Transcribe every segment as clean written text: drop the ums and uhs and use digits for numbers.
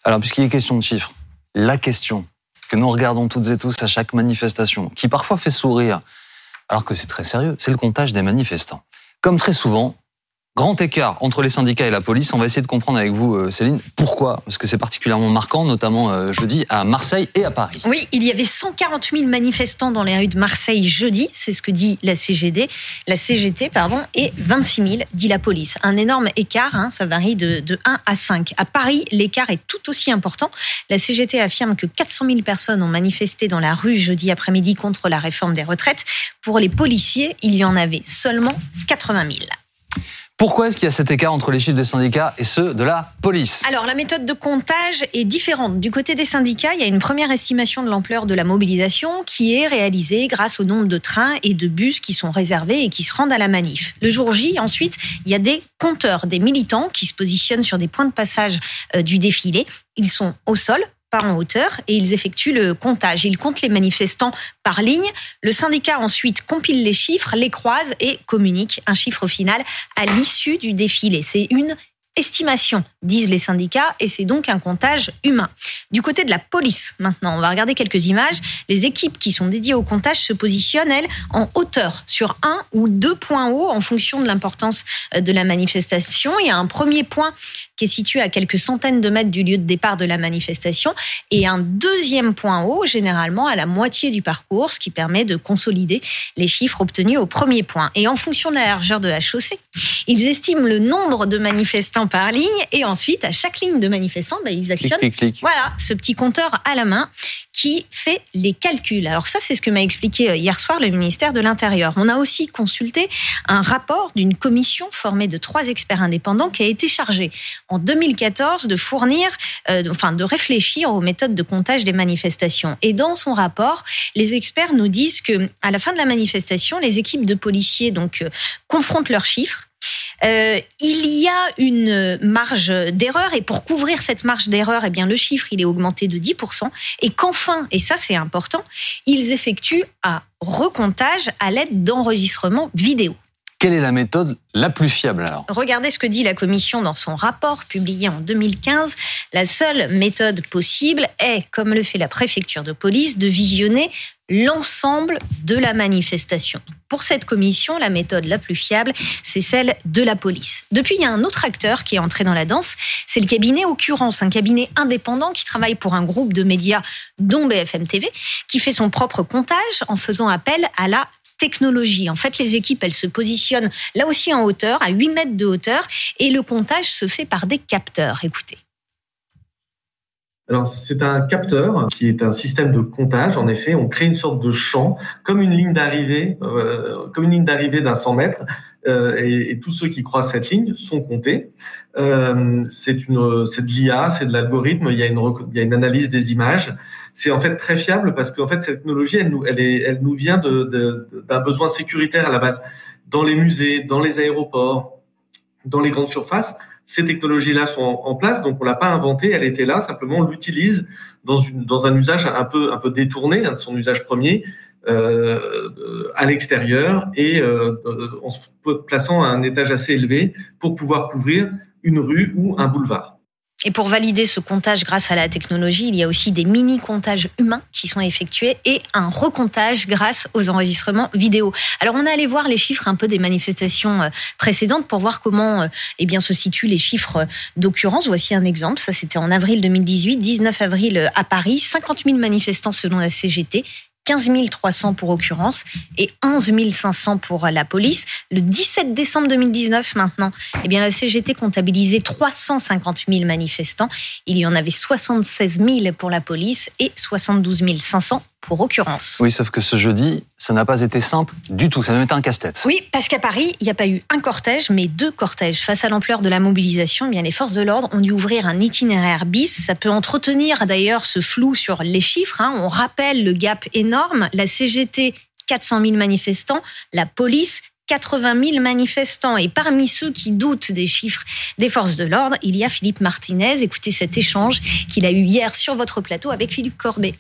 Alors, puisqu'il est question de chiffres, la question que nous regardons toutes et tous à chaque manifestation, qui parfois fait sourire, alors que c'est très sérieux, c'est le comptage des manifestants. Comme très souvent, grand écart entre les syndicats et la police. On va essayer de comprendre avec vous, Céline, pourquoi. Parce que c'est particulièrement marquant, notamment jeudi à Marseille et à Paris. Oui, il y avait 140 000 manifestants dans les rues de Marseille jeudi, c'est ce que dit la CGT, et 26 000 dit la police. Un énorme écart, ça varie de 1 à 5. À Paris, l'écart est tout aussi important. La CGT affirme que 400 000 personnes ont manifesté dans la rue jeudi après-midi contre la réforme des retraites. Pour les policiers, il y en avait seulement 80 000. Pourquoi est-ce qu'il y a cet écart entre les chiffres des syndicats et ceux de la police ? Alors, la méthode de comptage est différente. Du côté des syndicats, il y a une première estimation de l'ampleur de la mobilisation qui est réalisée grâce au nombre de trains et de bus qui sont réservés et qui se rendent à la manif. Le jour J, ensuite, il y a des compteurs, des militants qui se positionnent sur des points de passage du défilé. Ils sont au sol, pas en hauteur, et ils effectuent le comptage. Ils comptent les manifestants par ligne. Le syndicat ensuite compile les chiffres, les croise et communique un chiffre final à l'issue du défilé. C'est une estimation, disent les syndicats, et c'est donc un comptage humain. Du côté de la police, maintenant, on va regarder quelques images. Les équipes qui sont dédiées au comptage se positionnent, elles, en hauteur, sur 1 ou 2 points hauts en fonction de l'importance de la manifestation. Il y a un premier point qui est situé à quelques centaines de mètres du lieu de départ de la manifestation, et un deuxième point haut, généralement à la moitié du parcours, ce qui permet de consolider les chiffres obtenus au premier point. Et en fonction de la largeur de la chaussée, ils estiment le nombre de manifestants par ligne, et ensuite, à chaque ligne de manifestants, ils actionnent clic. Voilà, ce petit compteur à la main qui fait les calculs. Alors ça, c'est ce que m'a expliqué hier soir le ministère de l'Intérieur. On a aussi consulté un rapport d'une commission formée de 3 experts indépendants qui a été chargée en 2014 de fournir, de réfléchir aux méthodes de comptage des manifestations. Et dans son rapport, les experts nous disent que à la fin de la manifestation, les équipes de policiers confrontent leurs chiffres. Il y a une marge d'erreur, et pour couvrir cette marge d'erreur, le chiffre il est augmenté de 10%, et qu'enfin, et ça c'est important, ils effectuent un recomptage à l'aide d'enregistrements vidéo. Quelle est la méthode la plus fiable alors ? Regardez ce que dit la commission dans son rapport publié en 2015. La seule méthode possible est, comme le fait la préfecture de police, de visionner l'ensemble de la manifestation. Pour cette commission, la méthode la plus fiable, c'est celle de la police. Depuis, il y a un autre acteur qui est entré dans la danse, c'est le cabinet Occurrence, un cabinet indépendant qui travaille pour un groupe de médias, dont BFM TV, qui fait son propre comptage en faisant appel à la technologie. En fait, les équipes, elles se positionnent là aussi en hauteur, à 8 mètres de hauteur, et le comptage se fait par des capteurs. Écoutez. Alors, c'est un capteur qui est un système de comptage. En effet, on crée une sorte de champ, comme une ligne d'arrivée d'un 100 mètres, et tous ceux qui croisent cette ligne sont comptés. C'est de l'IA, c'est de l'algorithme. Il y a une analyse des images. C'est en fait très fiable parce qu'en fait cette technologie, elle nous vient d'un besoin sécuritaire à la base. Dans les musées, dans les aéroports, dans les grandes surfaces, ces technologies-là sont en place, donc on l'a pas inventée, elle était là, simplement on l'utilise dans un usage un peu détourné de son usage premier, à l'extérieur, et en se plaçant à un étage assez élevé pour pouvoir couvrir une rue ou un boulevard. Et pour valider ce comptage grâce à la technologie, il y a aussi des mini-comptages humains qui sont effectués et un recomptage grâce aux enregistrements vidéo. Alors on est allé voir les chiffres un peu des manifestations précédentes pour voir comment se situent les chiffres d'occurrence. Voici un exemple, ça c'était en avril 2018, 19 avril à Paris, 50 000 manifestants selon la CGT. 15 300 pour Occurrence et 11 500 pour la police. Le 17 décembre 2019 maintenant, la CGT comptabilisait 350 000 manifestants. Il y en avait 76 000 pour la police et 72 500 pour Occurence. Oui, sauf que ce jeudi, ça n'a pas été simple du tout. Ça a même été un casse-tête. Oui, parce qu'à Paris, il n'y a pas eu un cortège, mais 2 cortèges. Face à l'ampleur de la mobilisation, les forces de l'ordre ont dû ouvrir un itinéraire bis. Ça peut entretenir d'ailleurs ce flou sur les chiffres. On rappelle le gap énorme. La CGT, 400 000 manifestants. La police, 80 000 manifestants. Et parmi ceux qui doutent des chiffres des forces de l'ordre, il y a Philippe Martinez. Écoutez cet échange qu'il a eu hier sur votre plateau avec Philippe Corbet.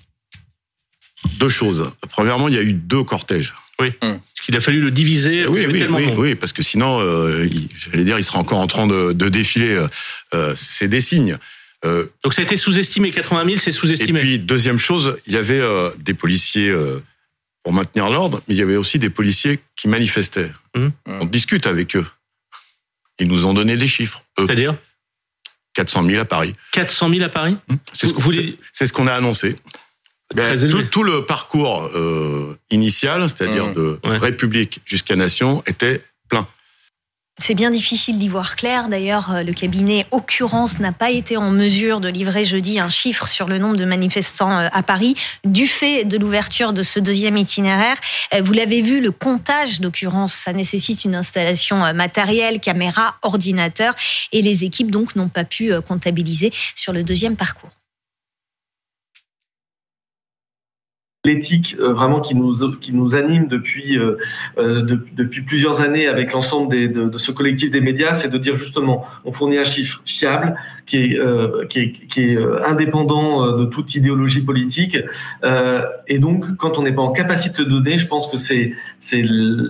2 choses. Premièrement, il y a eu 2 cortèges. Oui. Parce qu'il a fallu le diviser. Oui, parce que sinon, il serait encore en train de défiler. C'est des signes. Donc ça a été sous-estimé, 80 000, c'est sous-estimé. Et puis, deuxième chose, il y avait des policiers pour maintenir l'ordre, mais il y avait aussi des policiers qui manifestaient. On discute avec eux. Ils nous ont donné des chiffres. C'est-à-dire 400 000 à Paris. 400 000 à Paris. C'est ce qu'on a annoncé. Tout le parcours initial, c'est-à-dire de République jusqu'à Nation, était plein. C'est bien difficile d'y voir clair. D'ailleurs, le cabinet Occurrence n'a pas été en mesure de livrer jeudi un chiffre sur le nombre de manifestants à Paris du fait de l'ouverture de ce deuxième itinéraire. Vous l'avez vu, le comptage d'Occurrence, ça nécessite une installation matérielle, caméra, ordinateur, et les équipes donc n'ont pas pu comptabiliser sur le deuxième parcours. L'éthique vraiment qui nous anime depuis plusieurs années avec l'ensemble de ce collectif des médias, c'est de dire justement, on fournit un chiffre fiable qui est indépendant de toute idéologie politique, et donc quand on n'est pas en capacité de donner, je pense que c'est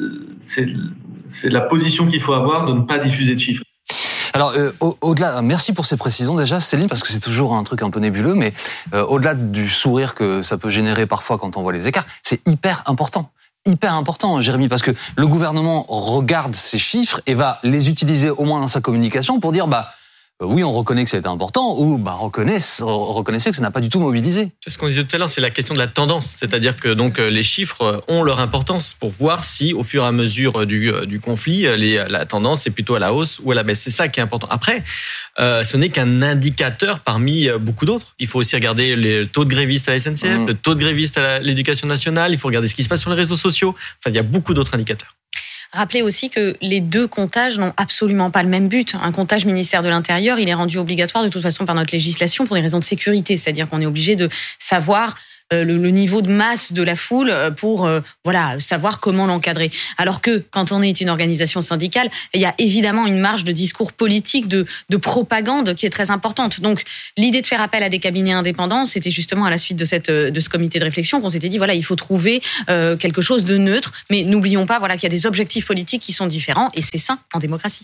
la position qu'il faut avoir de ne pas diffuser de chiffres. Alors, au-delà, merci pour ces précisions déjà, Céline, parce que c'est toujours un truc un peu nébuleux, mais au-delà du sourire que ça peut générer parfois quand on voit les écarts, c'est hyper important, Jérémy, parce que le gouvernement regarde ces chiffres et va les utiliser au moins dans sa communication pour dire, oui, on reconnaît que c'était important, ou reconnaissez que ça n'a pas du tout mobilisé. C'est ce qu'on disait tout à l'heure, c'est la question de la tendance. C'est-à-dire que donc les chiffres ont leur importance pour voir si, au fur et à mesure du conflit, la tendance est plutôt à la hausse ou à la baisse. C'est ça qui est important. Après, ce n'est qu'un indicateur parmi beaucoup d'autres. Il faut aussi regarder le taux de grévistes à la SNCF, le taux de grévistes à l'Éducation nationale, il faut regarder ce qui se passe sur les réseaux sociaux. Enfin, il y a beaucoup d'autres indicateurs. Rappelez aussi que les deux comptages n'ont absolument pas le même but. Un comptage ministère de l'Intérieur, il est rendu obligatoire de toute façon par notre législation pour des raisons de sécurité. C'est-à-dire qu'on est obligé de savoir le niveau de masse de la foule pour savoir comment l'encadrer. Alors que quand on est une organisation syndicale, il y a évidemment une marge de discours politique, de propagande qui est très importante. Donc l'idée de faire appel à des cabinets indépendants, c'était justement à la suite de ce comité de réflexion qu'on s'était dit il faut trouver quelque chose de neutre, mais n'oublions pas qu'il y a des objectifs politiques qui sont différents et c'est sain en démocratie.